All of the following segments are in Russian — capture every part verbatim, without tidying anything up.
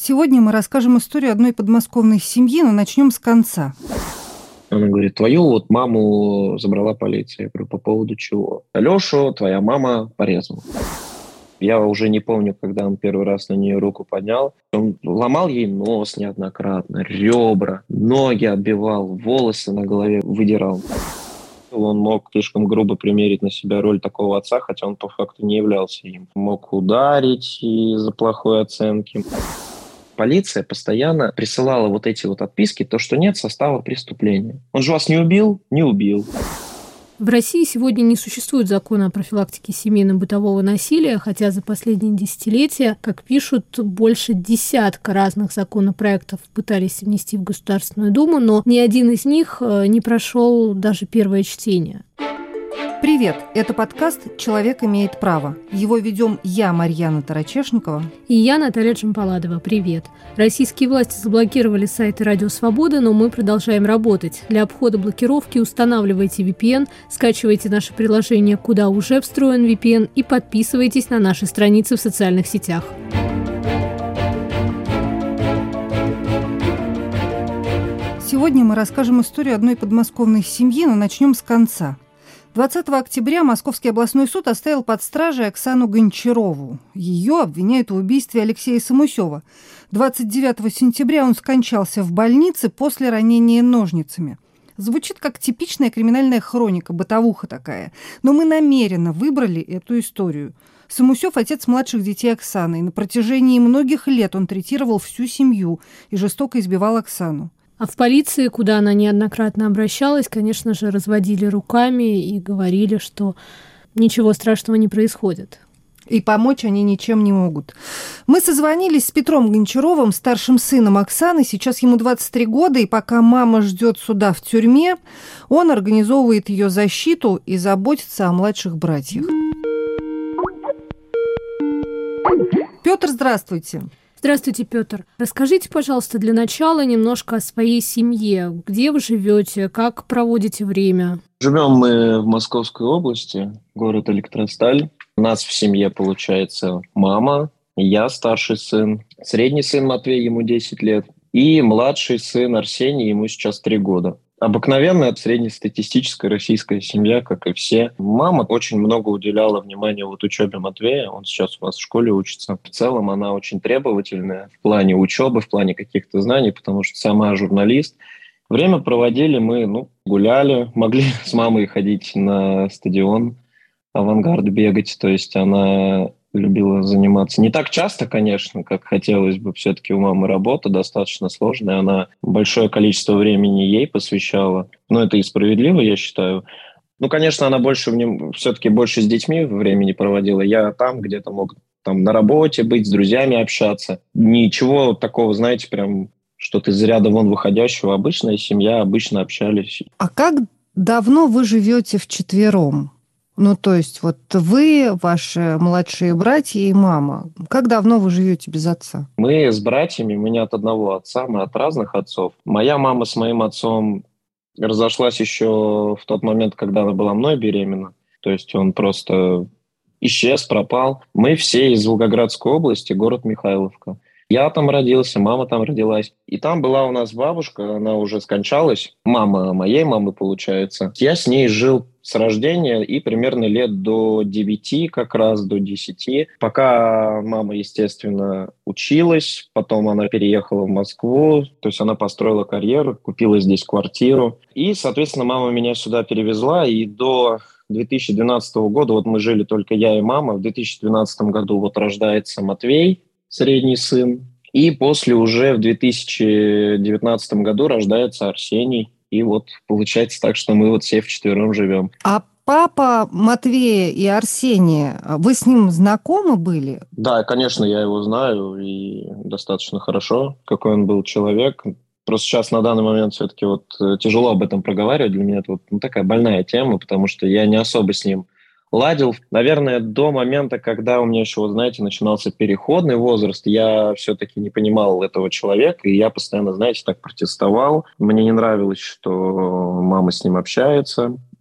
Сегодня мы расскажем историю одной подмосковной семьи, но начнем с конца. Она говорит: твою вот маму забрала полиция. Я говорю: по поводу чего? Алешу твоя мама порезала. Я уже не помню, когда он первый раз на нее руку поднял. Он ломал ей нос неоднократно, ребра, ноги отбивал, волосы на голове выдирал. Он мог слишком грубо примерить на себя роль такого отца, хотя он по факту не являлся им. Мог ударить из-за плохой оценки. Полиция постоянно присылала вот эти вот отписки, то, что нет состава преступления. Он же вас не убил? Не убил. В России сегодня не существует закона о профилактике семейно-бытового насилия, хотя за последние десятилетия, как пишут, больше десятка разных законопроектов пытались внести в Государственную Думу, но ни один из них не прошел даже первое чтение. Привет! Это подкаст «Человек имеет право». Его ведем я, Марьяна Тарачешникова. И я, Наталья Джампаладова. Привет! Российские власти заблокировали сайты «Радио Свобода», но мы продолжаем работать. Для обхода блокировки устанавливайте ви пи эн, скачивайте наше приложение «Куда уже встроен ви пи эн» и подписывайтесь на наши страницы в социальных сетях. Сегодня мы расскажем историю одной подмосковной семьи, но начнем с конца. двадцатого октября Московский областной суд оставил под стражей Оксану Гончарову. Ее обвиняют в убийстве Алексея Самусева. двадцать девятого сентября он скончался в больнице после ранения ножницами. Звучит как типичная криминальная хроника, бытовуха такая. Но мы намеренно выбрали эту историю. Самусев – отец младших детей Оксаны, и на протяжении многих лет он третировал всю семью и жестоко избивал Оксану. А в полиции, куда она неоднократно обращалась, конечно же, разводили руками и говорили, что ничего страшного не происходит. И помочь они ничем не могут. Мы созвонились с Петром Гончаровым, старшим сыном Оксаны. Сейчас ему двадцать три года, и пока мама ждет суда в тюрьме, он организовывает ее защиту и заботится о младших братьях. Петр, здравствуйте. Здравствуйте, Петр. Расскажите, пожалуйста, для начала немножко о своей семье. Где вы живете, как проводите время? Живем мы в Московской области, город Электросталь. У нас в семье, получается, мама, я старший сын, средний сын Матвей, ему десять лет, и младший сын Арсений, ему сейчас три года. Обыкновенная среднестатистическая российская семья, как и все. Мама очень много уделяла внимания вот учебе Матвея. Он сейчас у нас в школе учится. В целом она очень требовательная в плане учебы, в плане каких-то знаний, потому что сама журналист. Время проводили мы, ну, гуляли, могли с мамой ходить на стадион «Авангард» бегать. То есть она любила заниматься. Не так часто, конечно, как хотелось бы. Все-таки у мамы работа достаточно сложная. Она большое количество времени ей посвящала. Но это и справедливо, я считаю. Ну, конечно, она больше в нем, все-таки больше с детьми времени проводила. Я там где-то мог там, на работе быть, с друзьями общаться. Ничего такого, знаете, прям что-то из ряда вон выходящего. Обычная семья, обычно общались. А как давно вы живете вчетвером? Ну, то есть вот вы, ваши младшие братья и мама. Как давно вы живете без отца? Мы с братьями, мы не от одного отца, мы от разных отцов. Моя мама с моим отцом разошлась еще в тот момент, когда она была мной беременна. То есть он просто исчез, пропал. Мы все из Волгоградской области, город Михайловка. Я там родился, мама там родилась. И там была у нас бабушка, она уже скончалась. Мама моей мамы, получается. Я с ней жил с рождения и примерно лет до девяти, как раз до десяти. Пока мама, естественно, училась, потом она переехала в Москву, то есть она построила карьеру, купила здесь квартиру. И, соответственно, мама меня сюда перевезла, и до две тысячи двенадцатого года, вот мы жили только я и мама, в две тысячи двенадцатом году вот рождается Матвей, средний сын, и после уже в две тысячи девятнадцатом году рождается Арсений. И вот получается так, что мы вот все вчетвером живем. А папа Матвея и Арсения, вы с ним знакомы были? Да, конечно, я его знаю и достаточно хорошо, какой он был человек. Просто сейчас на данный момент все-таки вот тяжело об этом проговаривать. Для меня это вот ну, такая больная тема, потому что я не особо с ним ладил. Наверное, до момента, когда у меня еще, вот, знаете, начинался переходный возраст, я все-таки не понимал этого человека, и я постоянно, знаете, так протестовал. Мне не нравилось, что мама с ним общается.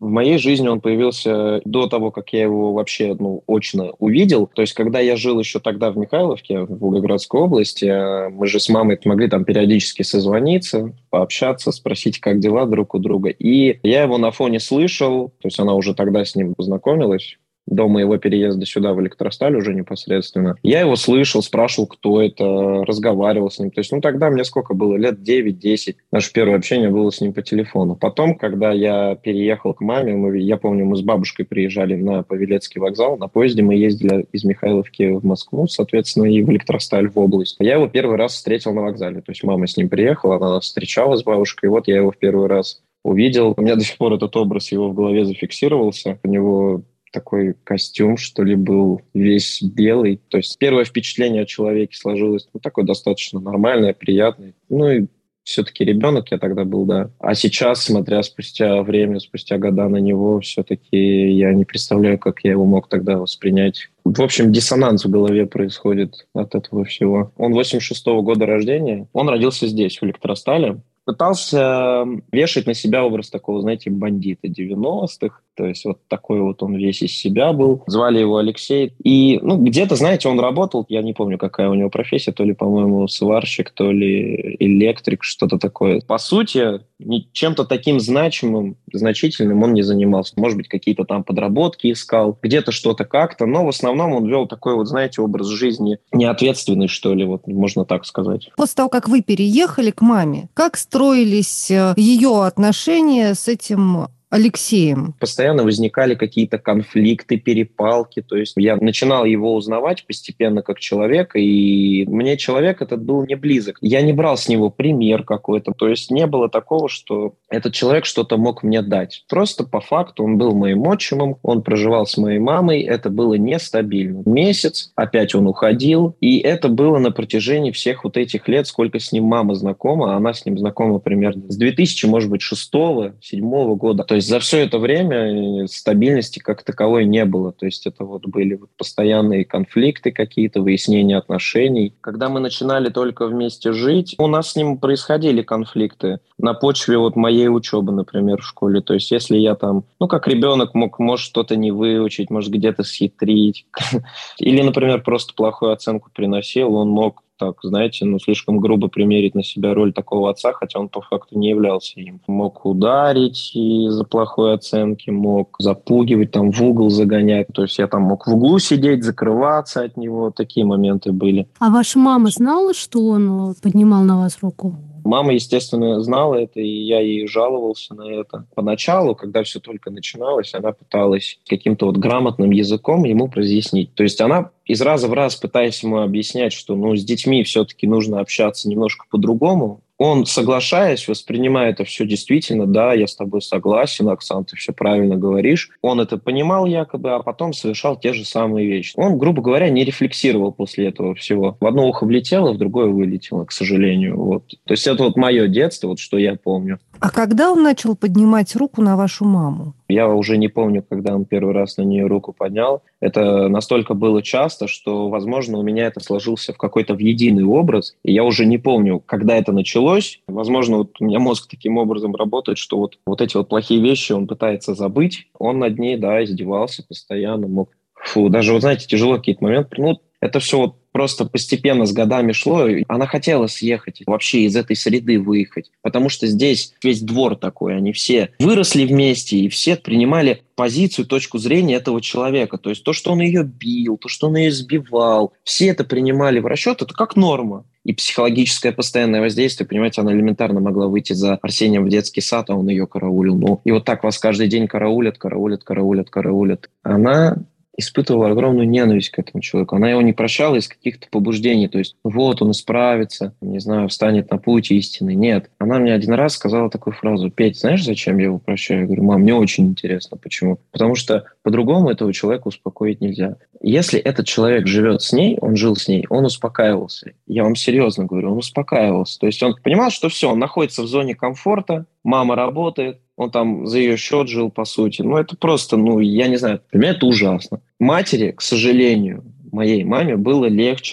В моей жизни он появился до того, как я его вообще ну, очно увидел. То есть, когда я жил еще тогда в Михайловке, в Волгоградской области, мы же с мамой могли там периодически созвониться, пообщаться, спросить, как дела друг у друга. И я его на фоне слышал, то есть она уже тогда с ним познакомилась, до моего переезда сюда, в Электросталь уже непосредственно. Я его слышал, спрашивал, кто это, разговаривал с ним. То есть, ну, тогда мне сколько было? Лет девять-десять. Наше первое общение было с ним по телефону. Потом, когда я переехал к маме, мы, я помню, мы с бабушкой приезжали на Павелецкий вокзал. На поезде мы ездили из Михайловки в Москву, соответственно, и в Электросталь в область. Я его первый раз встретил на вокзале. То есть, мама с ним приехала, она нас встречала с бабушкой. И вот я его в первый раз увидел. У меня до сих пор этот образ его в голове зафиксировался. У него такой костюм, что ли, был весь белый. То есть первое впечатление о человеке сложилось, ну, такое достаточно нормальное, приятное. Ну, и все-таки ребенок я тогда был, да. А сейчас, смотря спустя время, спустя года на него, все-таки я не представляю, как я его мог тогда воспринять. В общем, диссонанс в голове происходит от этого всего. Он восемьдесят шестого года рождения. Он родился здесь, в Электростале. Пытался вешать на себя образ такого, знаете, бандита девяностых. То есть вот такой вот он весь из себя был. Звали его Алексей. И, ну, где-то, знаете, он работал, я не помню, какая у него профессия, то ли, по-моему, сварщик, то ли электрик, что-то такое. По сути, чем-то таким значимым, значительным он не занимался. Может быть, какие-то там подработки искал, где-то что-то как-то, но в основном он вел такой вот, знаете, образ жизни неответственный, что ли, вот можно так сказать. После того, как вы переехали к маме, как строились ее отношения с этим Алексеем? Постоянно возникали какие-то конфликты, перепалки. То есть я начинал его узнавать постепенно как человека, и мне человек этот был не близок. Я не брал с него пример какой-то. То есть не было такого, что этот человек что-то мог мне дать. Просто по факту он был моим отчимом, он проживал с моей мамой, это было нестабильно. Месяц, опять он уходил, и это было на протяжении всех вот этих лет, сколько с ним мама знакома, она с ним знакома примерно с две тысячи, может быть, шестого, седьмого года. То есть за все это время стабильности как таковой не было. То есть это вот были вот постоянные конфликты какие-то, выяснения отношений. Когда мы начинали только вместе жить, у нас с ним происходили конфликты на почве вот моей учебы, например, в школе. То есть если я там, ну, как ребенок мог, может, что-то не выучить, может, где-то схитрить. Или, например, просто плохую оценку приносил, он мог так, знаете, ну, слишком грубо примерить на себя роль такого отца, хотя он по факту не являлся им. Мог ударить из-за плохой оценки, мог запугивать, там, в угол загонять. То есть я там мог в углу сидеть, закрываться от него. Такие моменты были. А ваша мама знала, что он поднимал на вас руку? Мама, естественно, знала это, и я ей жаловался на это. Поначалу, когда все только начиналось, она пыталась каким-то вот грамотным языком ему разъяснить. То есть она из раза в раз, пытаясь ему объяснять, что ну, с детьми все-таки нужно общаться немножко по-другому, он, соглашаясь, воспринимая это все действительно, да, я с тобой согласен, Оксан, ты все правильно говоришь. Он это понимал якобы, а потом совершал те же самые вещи. Он, грубо говоря, не рефлексировал после этого всего. В одно ухо влетело, в другое вылетело, к сожалению. Вот. То есть это вот мое детство, вот что я помню. А когда он начал поднимать руку на вашу маму? Я уже не помню, когда он первый раз на нее руку поднял. Это настолько было часто, что, возможно, у меня это сложился в какой-то в единый образ. И я уже не помню, когда это началось. Возможно, вот у меня мозг таким образом работает, что вот, вот эти вот плохие вещи он пытается забыть. Он над ней, да, издевался постоянно. Мог... Фу, даже, вот знаете, тяжело какие-то моменты. Ну, это все вот просто постепенно с годами шло. Она хотела съехать, вообще из этой среды выехать. Потому что здесь весь двор такой. Они все выросли вместе, и все принимали позицию, точку зрения этого человека. То есть то, что он ее бил, то, что он ее избивал. Все это принимали в расчет. Это как норма. И психологическое постоянное воздействие, понимаете, она элементарно могла выйти за Арсением в детский сад, а он ее караулил. Ну, и вот так вас каждый день караулят, караулят, караулят, караулят. Она испытывала огромную ненависть к этому человеку. Она его не прощала из каких-то побуждений. То есть, вот он исправится, не знаю, встанет на путь истины. Нет. Она мне один раз сказала такую фразу: «Петь, знаешь, зачем я его прощаю?» Я говорю: «Мам, мне очень интересно, почему?» Потому что по-другому этого человека успокоить нельзя. Если этот человек живет с ней, он жил с ней, он успокаивался. Я вам серьезно говорю, он успокаивался. То есть он понимал, что все, он находится в зоне комфорта, мама работает, он там за ее счет жил, по сути. Ну, это просто, ну, я не знаю, для меня это ужасно. Матери, к сожалению, моей маме было легче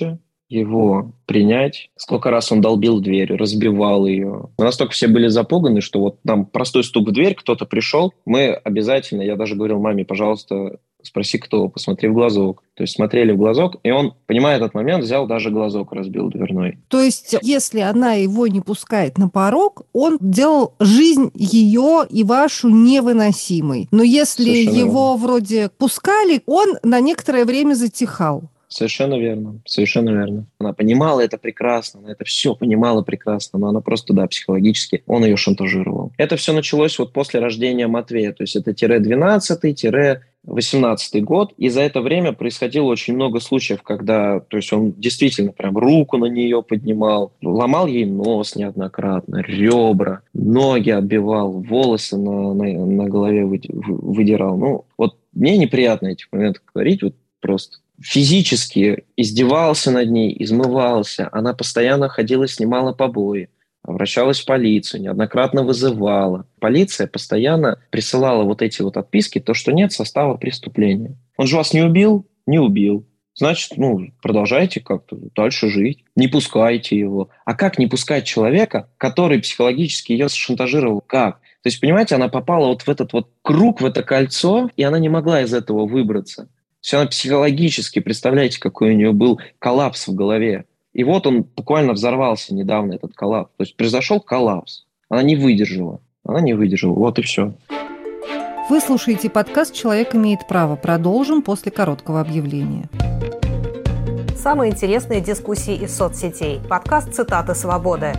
его принять. Сколько раз он долбил дверь, разбивал ее. Мы настолько все были запуганы, что вот нам простой стук в дверь, кто-то пришел, мы обязательно, я даже говорил маме, пожалуйста, спроси, кто, посмотри в глазок. То есть смотрели в глазок, и он, понимая этот момент, взял даже глазок, разбил дверной. То есть, если она его не пускает на порог, он делал жизнь ее и вашу невыносимой. Но если Совершенно его верно. вроде пускали, он на некоторое время затихал. Совершенно верно, совершенно верно. Она понимала это прекрасно, она это все понимала прекрасно, но она просто, да, психологически, он ее шантажировал. Это все началось вот после рождения Матвея, то есть это тире двенадцатый, тире восемнадцатый год, и за это время происходило очень много случаев, когда, то есть он действительно прям руку на нее поднимал, ломал ей нос неоднократно, ребра, ноги отбивал, волосы на, на, на голове выдирал. Ну, вот мне неприятно этих моментов говорить, вот просто. Физически издевался над ней, измывался. Она постоянно ходила, снимала побои, обращалась в полицию, неоднократно вызывала. Полиция постоянно присылала вот эти вот отписки, то, что нет состава преступления. Он же вас не убил? Не убил. Значит, ну, продолжайте как-то дальше жить. Не пускайте его. А как не пускать человека, который психологически ее шантажировал? Как? То есть, понимаете, она попала вот в этот вот круг, в это кольцо, и она не могла из этого выбраться. То есть она психологически, представляете, какой у нее был коллапс в голове. И вот он буквально взорвался недавно, этот коллапс. То есть произошел коллапс. Она не выдержала. Она не выдержала. Вот и все. Вы слушаете подкаст «Человек имеет право». Продолжим после короткого объявления. Самые интересные дискуссии из соцсетей. Подкаст «Цитаты свободы».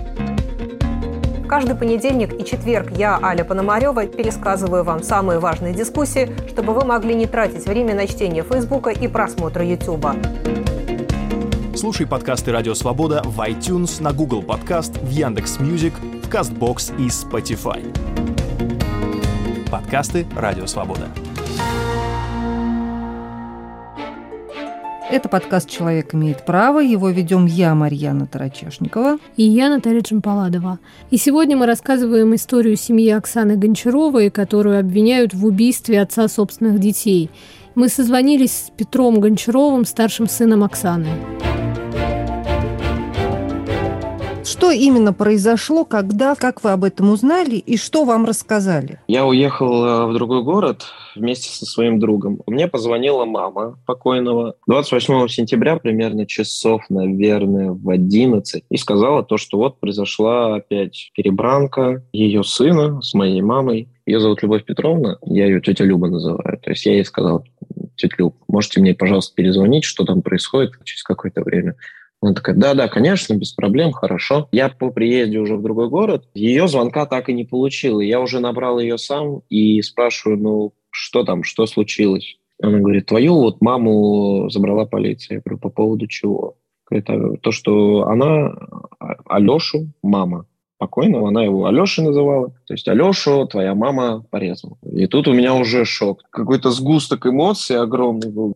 Каждый понедельник и четверг я, Аля Пономарева, пересказываю вам самые важные дискуссии, чтобы вы могли не тратить время на чтение Фейсбука и просмотра Ютуба. Слушай подкасты «Радио Свобода» в iTunes, на Google Подкаст, в Яндекс.Мьюзик, в Кастбокс и Spotify. Подкасты «Радио Свобода». Это подкаст «Человек имеет право». Его ведем я, Марьяна Тарачешникова. И я, Наталья Джампаладова. И сегодня мы рассказываем историю семьи Оксаны Гончаровой, которую обвиняют в убийстве отца собственных детей. Мы созвонились с Петром Гончаровым, старшим сыном Оксаны. Что именно произошло, когда, как вы об этом узнали и что вам рассказали? Я уехал в другой город вместе со своим другом. Мне позвонила мама покойного двадцать восьмого сентября, примерно часов, наверное, в одиннадцать, и сказала то, что вот произошла опять перебранка ее сына с моей мамой. Ее зовут Любовь Петровна, я ее тетя Люба называю. То есть я ей сказал: тетя Люб, можете мне, пожалуйста, перезвонить, что там происходит через какое-то время? Она такая: да-да, конечно, без проблем, хорошо. Я по приезде уже в другой город, ее звонка так и не получил. И я уже набрал ее сам и спрашиваю: ну, что там, что случилось? Она говорит: твою вот маму забрала полиция. Я говорю: по поводу чего? Говорит: а, то, что она Алешу, мама покойного, она его Алешей называла. То есть Алешу твоя мама порезала. И тут у меня уже шок. Какой-то сгусток эмоций огромный был.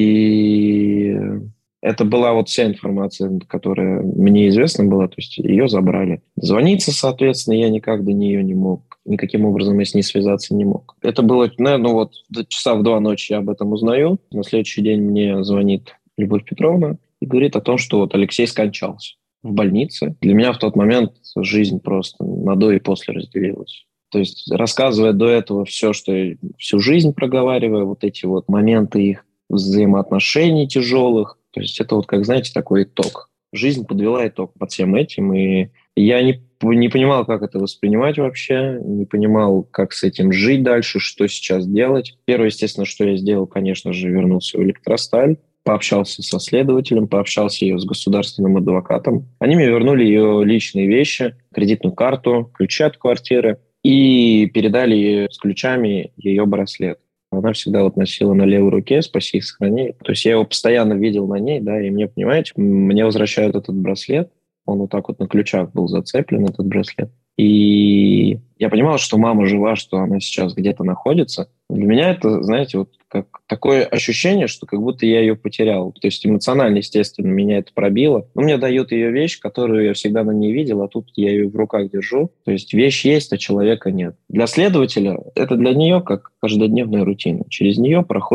И... это была вот вся информация, которая мне известна была, то есть ее забрали. Звониться, соответственно, я никак до нее не мог. Никаким образом я с ней связаться не мог. Это было, наверное, вот часа в два ночи я об этом узнаю. На следующий день мне звонит Любовь Петровна и говорит о том, что вот Алексей скончался в больнице. Для меня в тот момент жизнь просто на до и после разделилась. То есть, рассказывая до этого все, что я всю жизнь проговариваю, вот эти вот моменты их взаимоотношений тяжелых, то есть это вот, как, знаете, такой итог. Жизнь подвела итог под всем этим, и я не, не понимал, как это воспринимать вообще, не понимал, как с этим жить дальше, что сейчас делать. Первое, естественно, что я сделал, конечно же, вернулся в Электросталь, пообщался со следователем, пообщался ее с государственным адвокатом. Они мне вернули ее личные вещи, кредитную карту, ключи от квартиры, и передали ей с ключами ее браслет. Она всегда вот носила на левой руке, спаси и сохрани. То есть я его постоянно видел на ней, да, и мне, понимаете, мне возвращают этот браслет. Он вот так вот на ключах был зацеплен, этот браслет. И я понимал, что мама жива, что она сейчас где-то находится. Для меня это, знаете, вот как такое ощущение, что как будто я ее потерял. То есть эмоционально, естественно, меня это пробило. Но мне дают ее вещь, которую я всегда на ней видел, а тут я ее в руках держу. То есть вещь есть, а человека нет. Для следователя это для нее как каждодневная рутина. Через нее проходят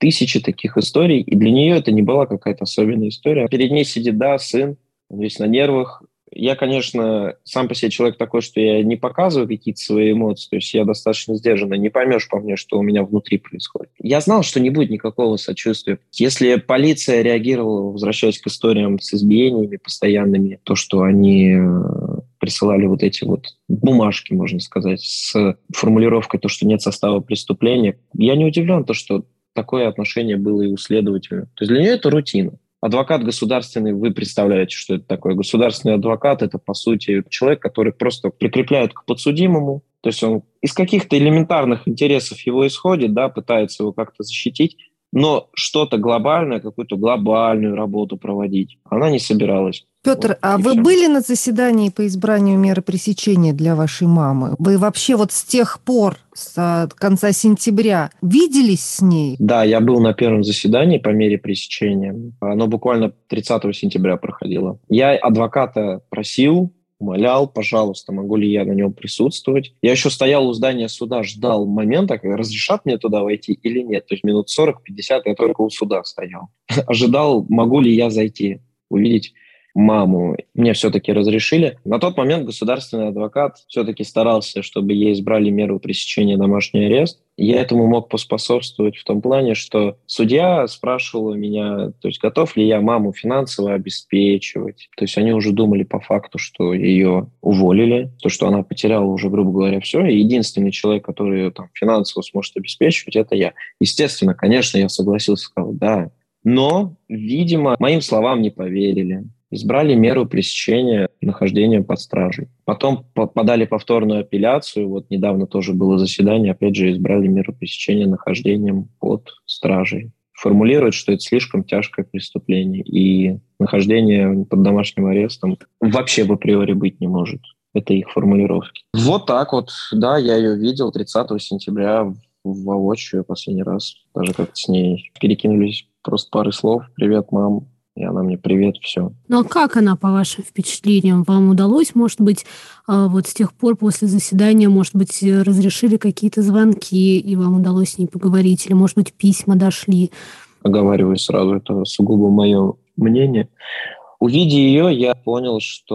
тысячи таких историй, и для нее это не была какая-то особенная история. Перед ней сидит, да, сын, он весь на нервах. Я, конечно, сам по себе человек такой, что я не показываю какие-то свои эмоции, то есть я достаточно сдержанный, не поймешь по мне, что у меня внутри происходит. Я знал, что не будет никакого сочувствия. Если полиция реагировала, возвращаясь к историям с избиениями постоянными, то, что они присылали вот эти вот бумажки, можно сказать, с формулировкой то, что нет состава преступления, я не удивлен, то, что такое отношение было и у следователя. То есть для нее это рутина. Адвокат государственный, вы представляете, что это такое. Государственный адвокат – это, по сути, человек, который просто прикрепляют к подсудимому. То есть он из каких-то элементарных интересов его исходит, да, пытается его как-то защитить, но что-то глобальное, какую-то глобальную работу проводить она не собиралась. Петр, вот, а вы все. Были на заседании по избранию меры пресечения для вашей мамы? Вы вообще вот с тех пор, с конца сентября, виделись с ней? Да, я был на первом заседании по мере пресечения. Оно буквально тридцатого сентября проходило. Я адвоката просил, умолял, пожалуйста, могу ли я на нем присутствовать. Я еще стоял у здания суда, ждал момента, когда разрешат мне туда войти или нет. То есть минут сорок-пятьдесят я только у суда стоял. Ожидал, могу ли я зайти, увидеть маму. Мне все-таки разрешили. На тот момент государственный адвокат все-таки старался, чтобы ей избрали меру пресечения домашний арест. Я этому мог поспособствовать в том плане, что судья спрашивал меня, то есть готов ли я маму финансово обеспечивать. То есть они уже думали по факту, что ее уволили, то, что она потеряла уже, грубо говоря, все. И единственный человек, который ее там финансово сможет обеспечивать, это я. Естественно, конечно, я согласился, сказал, да. Но, видимо, моим словам не поверили. Избрали меру пресечения нахождения под стражей. Потом подали повторную апелляцию. Вот недавно тоже было заседание. Опять же, избрали меру пресечения нахождением под стражей. Формулируют, что это слишком тяжкое преступление. И нахождение под домашним арестом вообще в априори быть не может. Это их формулировки. Вот так вот. Да, я ее видел тридцатого сентября воочию последний раз. Даже как-то с ней перекинулись просто пары слов. «Привет, мам». И она мне «привет», все. Ну а как она, по вашим впечатлениям? Вам удалось, может быть, вот с тех пор после заседания, может быть, разрешили какие-то звонки, и вам удалось с ней поговорить? Или, может быть, письма дошли? Оговариваю сразу, это сугубо мое мнение. Увидя ее, я понял,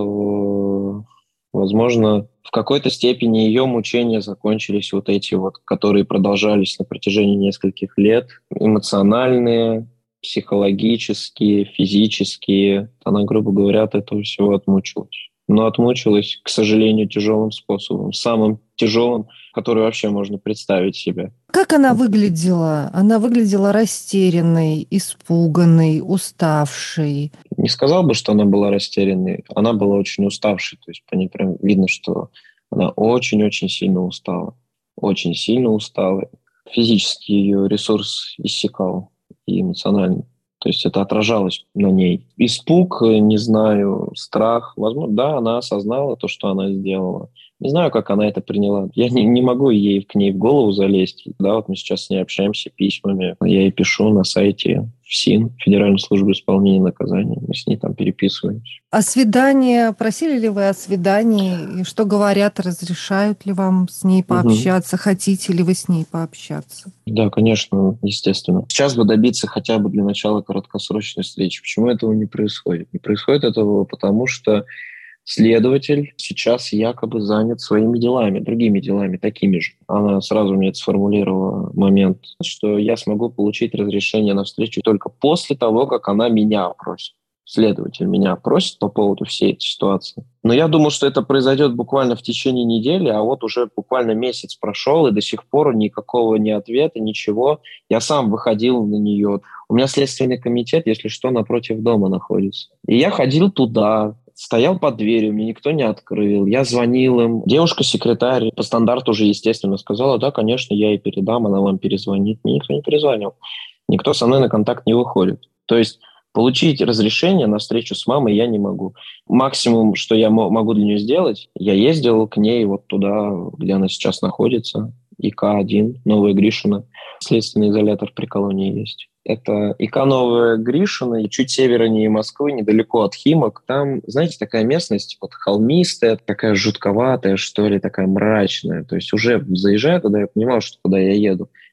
что, возможно, в какой-то степени ее мучения закончились вот эти вот, которые продолжались на протяжении нескольких лет, эмоциональные, психологические, физические. Она, грубо говоря, от этого всего отмучилась. Но отмучилась, к сожалению, тяжелым способом. Самым тяжелым, который вообще можно представить себе. Как она выглядела? Она выглядела растерянной, испуганной, уставшей. Не сказал бы, что она была растерянной. Она была очень уставшей. То есть по ней прям видно, что она очень-очень сильно устала. Очень сильно устала. Физически ее ресурс иссякал. И эмоционально. То есть это отражалось на ней. Испуг, не знаю, страх. Возможно, да, она осознала то, что она сделала. Не знаю, как она это приняла. Я не, не могу ей к ней в голову залезть. Да, вот мы сейчас с ней общаемся письмами. Я ей пишу на сайте ФСИН, Федеральной службы исполнения наказаний. Мы с ней там переписываемся. А свидание? Просили ли вы о свидании? И что говорят? Разрешают ли вам с ней пообщаться? Угу. Хотите ли вы с ней пообщаться? Да, конечно, естественно. Сейчас бы добиться хотя бы для начала краткосрочной встречи. Почему этого не происходит? Не происходит этого потому, что следователь сейчас якобы занят своими делами, другими делами, такими же. Она сразу мне это сформулировала момент, что я смогу получить разрешение на встречу только после того, как она меня просит. Следователь меня просит по поводу всей этой ситуации. Но я думал, что это произойдет буквально в течение недели, а вот уже буквально месяц прошел, и до сих пор никакого ни ответа, ничего. Я сам выходил на нее. У меня следственный комитет, если что, напротив дома находится. И я ходил туда, стоял под дверью, мне никто не открыл. Я звонил им. Девушка-секретарь по стандарту уже, естественно, сказала, да, конечно, я ей передам, она вам перезвонит. Мне никто не перезвонил. Никто со мной на контакт не выходит. То есть получить разрешение на встречу с мамой я не могу. Максимум, что я могу для нее сделать, я ездил к ней вот туда, где она сейчас находится, И К один, Новая Гришина. Следственный изолятор при колонии есть. Это И К Новая Гришина, чуть севернее Москвы, недалеко от Химок. Там, знаете, такая местность вот холмистая, такая жутковатая, что ли, такая мрачная. То есть уже заезжая туда, я понимал, что куда я еду.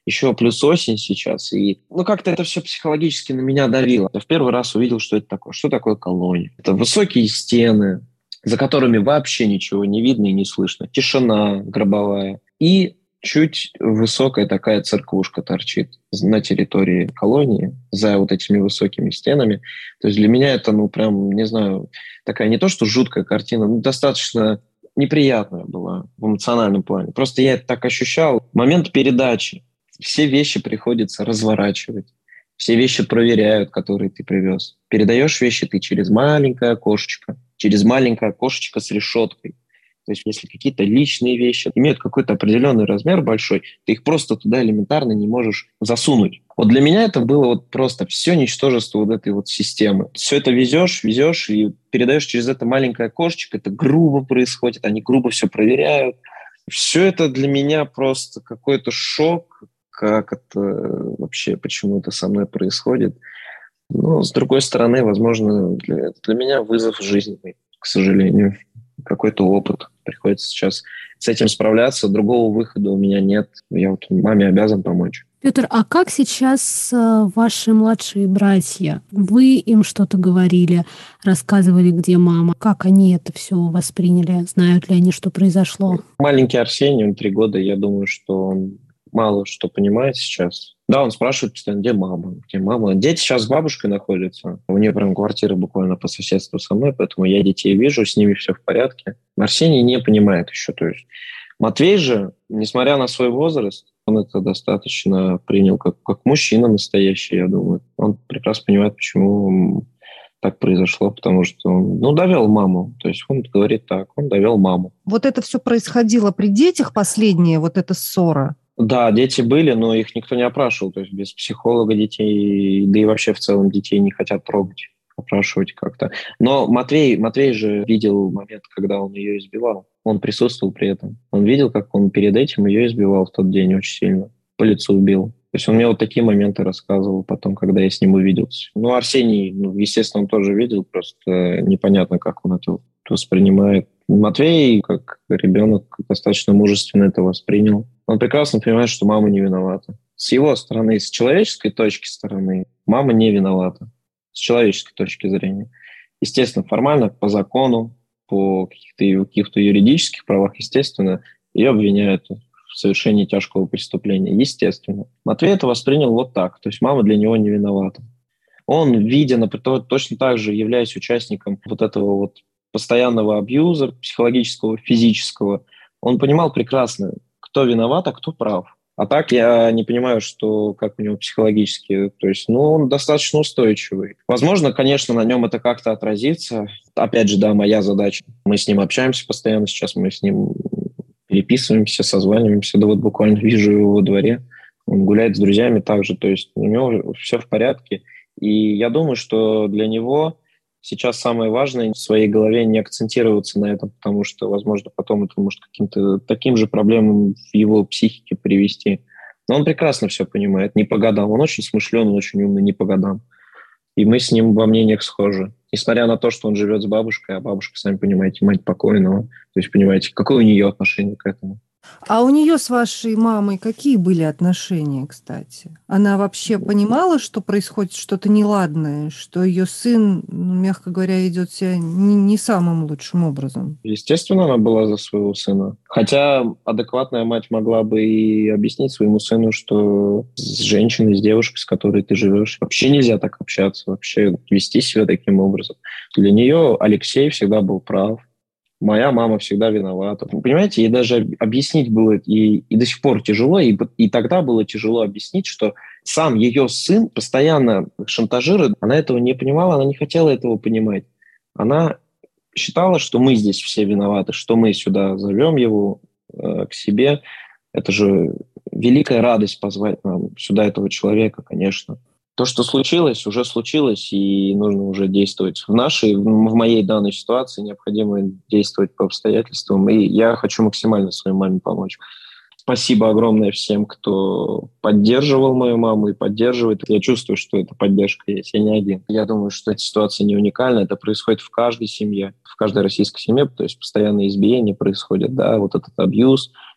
Еще плюс осень сейчас. И, ну, как-то это все психологически на меня давило. Я в первый раз увидел, что это такое. Что такое колония? Это высокие стены, за которыми вообще ничего не видно и не слышно. Тишина гробовая. И чуть высокая такая церквушка торчит на территории колонии, за вот этими высокими стенами. То есть для меня это, ну, прям, не знаю, такая не то что жуткая картина, но достаточно неприятная была в эмоциональном плане. Просто я это так ощущал. Момент передачи. Все вещи приходится разворачивать. Все вещи проверяют, которые ты привез. Передаешь вещи ты через маленькое окошечко, через маленькое окошечко с решеткой. То есть если какие-то личные вещи имеют какой-то определенный размер большой, ты их просто туда элементарно не можешь засунуть. Вот для меня это было вот просто все ничтожество вот этой вот системы. Все это везешь, везешь и передаешь через это маленькое окошечко. Это грубо происходит, они грубо все проверяют. Все это для меня просто какой-то шок, как это вообще, почему это со мной происходит. Но, с другой стороны, возможно, для, для меня вызов жизненный, к сожалению. Какой-то опыт. Приходится сейчас с этим справляться. Другого выхода у меня нет. Я вот маме обязан помочь. Петр, а как сейчас ваши младшие братья? Вы им что-то говорили, рассказывали, где мама? Как они это все восприняли? Знают ли они, что произошло? Маленький Арсений, он три года. Я думаю, что он мало что понимает сейчас. Да, он спрашивает постоянно, где мама, где мама. Дети сейчас с бабушкой находятся. У нее прям квартира буквально по соседству со мной, поэтому я детей вижу, с ними все в порядке. Арсений не понимает еще. То есть Матвей же, несмотря на свой возраст, он это достаточно принял как, как мужчина настоящий, я думаю. Он прекрасно понимает, почему так произошло, потому что он, ну, довел маму. То есть он говорит так, он довел маму. Вот это все происходило при детях, последняя вот эта ссора? Да, дети были, но их никто не опрашивал. То есть без психолога детей, да и вообще в целом детей не хотят трогать, опрашивать как-то. Но Матвей, Матвей же видел момент, когда он ее избивал. Он присутствовал при этом. Он видел, как он перед этим ее избивал в тот день очень сильно. По лицу убил. То есть он мне вот такие моменты рассказывал потом, когда я с ним увиделся. Ну, Арсений, ну, естественно, он тоже видел, просто непонятно, как он это воспринимает. Матвей, как ребенок, достаточно мужественно это воспринял. Он прекрасно понимает, что мама не виновата. С его стороны, с человеческой точки стороны, мама не виновата. С человеческой точки зрения. Естественно, формально, по закону, по каких-то, каких-то юридических правах, естественно, ее обвиняют в совершении тяжкого преступления. Естественно. Матвей это воспринял вот так. То есть мама для него не виновата. Он, видя, например, точно так же, являясь участником вот этого вот постоянного абьюза, психологического, физического, он понимал прекрасно, кто виноват, а кто прав. А так я не понимаю, что как у него психологически. То есть, ну, он достаточно устойчивый. Возможно, конечно, на нем это как-то отразится. Опять же, да, моя задача. Мы с ним общаемся постоянно. Сейчас мы с ним переписываемся, созваниваемся. Да вот буквально вижу его во дворе. Он гуляет с друзьями также. То есть у него все в порядке. И я думаю, что для него сейчас самое важное в своей голове не акцентироваться на этом, потому что, возможно, потом это может каким-то таким же проблемам в его психике привести. Но он прекрасно все понимает, не по годам. Он очень смышленый, очень умный, не по годам. И мы с ним во мнениях схожи. Несмотря на то, что он живет с бабушкой, а бабушка, сами понимаете, мать покойного. То есть, понимаете, какое у нее отношение к этому. А у нее с вашей мамой какие были отношения, кстати? Она вообще понимала, что происходит что-то неладное, что ее сын, ну, мягко говоря, ведет себя не, не самым лучшим образом? Естественно, она была за своего сына. Хотя адекватная мать могла бы и объяснить своему сыну, что с женщиной, с девушкой, с которой ты живешь, вообще нельзя так общаться, вообще вести себя таким образом. Для нее Алексей всегда был прав. Моя мама всегда виновата. Понимаете, ей даже объяснить было и, и до сих пор тяжело, и, и тогда было тяжело объяснить, что сам ее сын постоянно шантажирует. Она этого не понимала, она не хотела этого понимать. Она считала, что мы здесь все виноваты, что мы сюда зовем его э, к себе. Это же великая радость позвать нам сюда этого человека, конечно. То, что случилось, уже случилось, и нужно уже действовать. В нашей, в моей данной ситуации необходимо действовать по обстоятельствам, и я хочу максимально своей маме помочь. Спасибо огромное всем, кто поддерживал мою маму и поддерживает. Я чувствую, что эта поддержка есть, я не один. Я думаю, что эта ситуация не уникальна, это происходит в каждой семье, в каждой российской семье, то есть постоянные избиения происходят, да, вот этот абьюз,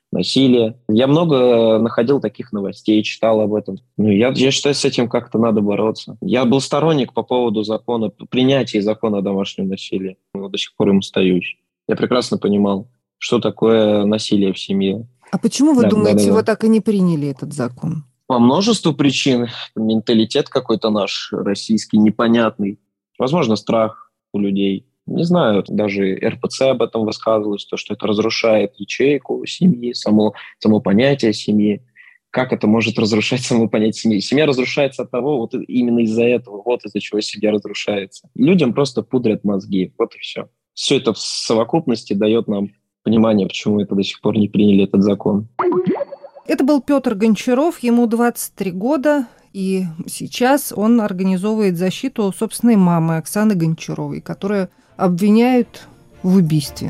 насилие. Я много находил таких новостей, читал об этом. Ну, я, я считаю, с этим как-то надо бороться. Я был сторонник по поводу закона, принятия закона о домашнем насилии. Но до сих пор им остаюсь. Я прекрасно понимал, что такое насилие в семье. А почему вы да, думаете, да, да, его да. так и не приняли, этот закон? По множеству причин. Менталитет какой-то наш российский непонятный. Возможно, страх у людей. Не знаю, даже эр пэ цэ об этом высказывалось, то, что это разрушает ячейку семьи, само, само понятие семьи. Как это может разрушать само понятие семьи? Семья разрушается от того, вот именно из-за этого, вот из-за чего семья разрушается. Людям просто пудрят мозги, вот и все. Все это в совокупности дает нам понимание, почему это до сих пор не приняли этот закон. Это был Петр Гончаров, ему двадцать три года, и сейчас он организовывает защиту собственной мамы Оксаны Гончаровой, которую обвиняют в убийстве.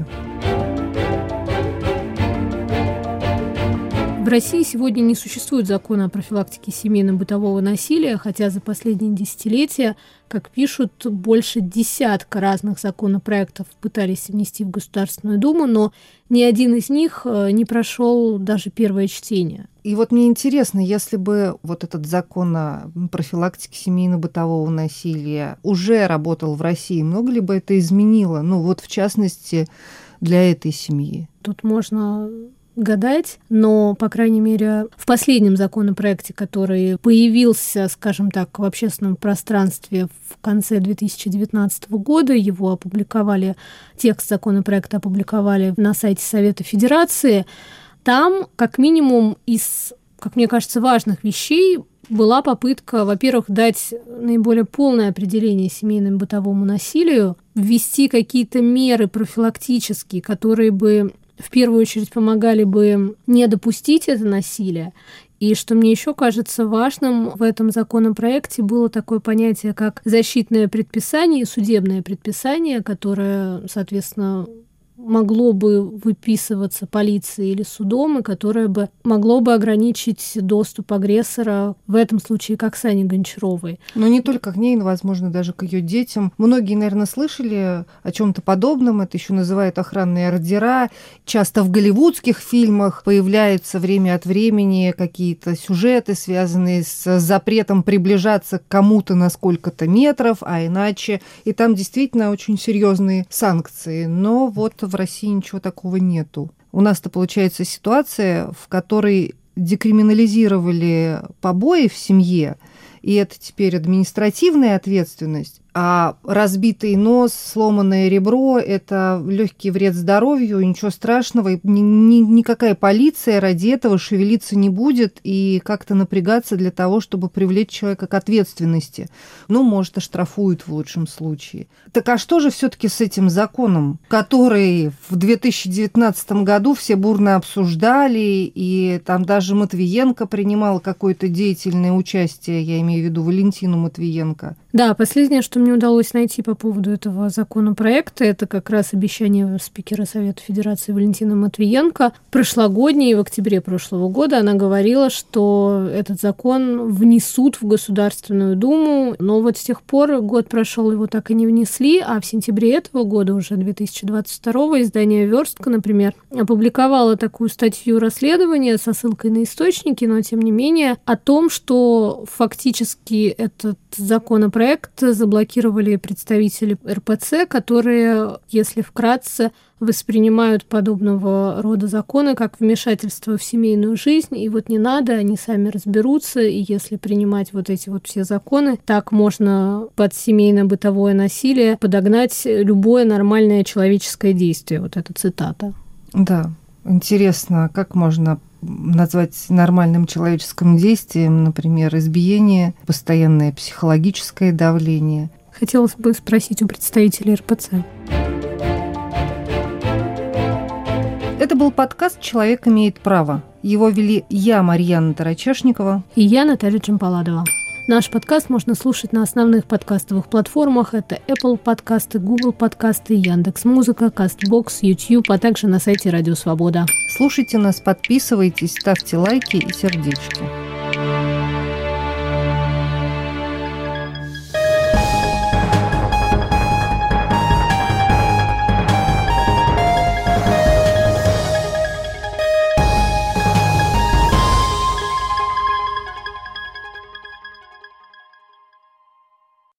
В России сегодня не существует закона о профилактике семейно-бытового насилия, хотя за последние десятилетия, как пишут, больше десятка разных законопроектов пытались внести в Государственную Думу, но ни один из них не прошел даже первое чтение. И вот мне интересно, если бы вот этот закон о профилактике семейно-бытового насилия уже работал в России, много ли бы это изменило? Ну вот в частности для этой семьи. Тут можно гадать, но, по крайней мере, в последнем законопроекте, который появился, скажем так, в общественном пространстве в конце две тысячи девятнадцатого года, его опубликовали, текст законопроекта опубликовали на сайте Совета Федерации, там, как минимум, из, как мне кажется, важных вещей была попытка, во-первых, дать наиболее полное определение семейному бытовому насилию, ввести какие-то меры профилактические, которые бы в первую очередь помогали бы не допустить это насилие. И что мне еще кажется важным в этом законопроекте, было такое понятие, как защитное предписание и судебное предписание, которое, соответственно, могло бы выписываться полицией или судом, и которое бы могло бы ограничить доступ агрессора, в этом случае к Оксане Гончаровой. Но не только к ней, но, возможно, даже к ее детям. Многие, наверное, слышали о чем-то подобном. Это еще называют охранные ордера. Часто в голливудских фильмах появляются время от времени какие-то сюжеты, связанные с запретом приближаться к кому-то на сколько-то метров, а иначе. И там действительно очень серьезные санкции. Но вот в России ничего такого нету. У нас-то получается ситуация, в которой декриминализировали побои в семье, и это теперь административная ответственность, а разбитый нос, сломанное ребро – это легкий вред здоровью, ничего страшного, и ни, ни, никакая полиция ради этого шевелиться не будет и как-то напрягаться для того, чтобы привлечь человека к ответственности. Ну, может, оштрафуют в лучшем случае. Так а что же все-таки с этим законом, который в две тысячи девятнадцатом году все бурно обсуждали, и там даже Матвиенко принимал какое-то деятельное участие, я имею в виду Валентину Матвиенко? Да, последнее, что мне удалось найти по поводу этого законопроекта, это как раз обещание спикера Совета Федерации Валентины Матвиенко. Прошлогодней, в октябре прошлого года, она говорила, что этот закон внесут в Государственную Думу, но вот с тех пор год прошел, его так и не внесли, а в сентябре этого года, уже две тысячи двадцать второго, издание «Верстка», например, опубликовало такую статью расследования со ссылкой на источники, но тем не менее о том, что фактически этот законопроект заблокировали представители эр пэ цэ, которые, если вкратце, воспринимают подобного рода законы как вмешательство в семейную жизнь, и вот не надо, они сами разберутся, и если принимать вот эти вот все законы, так можно под семейно-бытовое насилие подогнать любое нормальное человеческое действие. Вот эта цитата. Да, интересно, как можно назвать нормальным человеческим действием, например, избиение, постоянное психологическое давление. Хотелось бы спросить у представителей эр пэ цэ. Это был подкаст «Человек имеет право». Его вели я, Марьяна Тарачешникова. И я, Наталья Джампаладова. Наш подкаст можно слушать на основных подкастовых платформах. Это Apple подкасты, Google подкасты, Яндекс.Музыка, CastBox, YouTube, а также на сайте Радио Свобода. Слушайте нас, подписывайтесь, ставьте лайки и сердечки.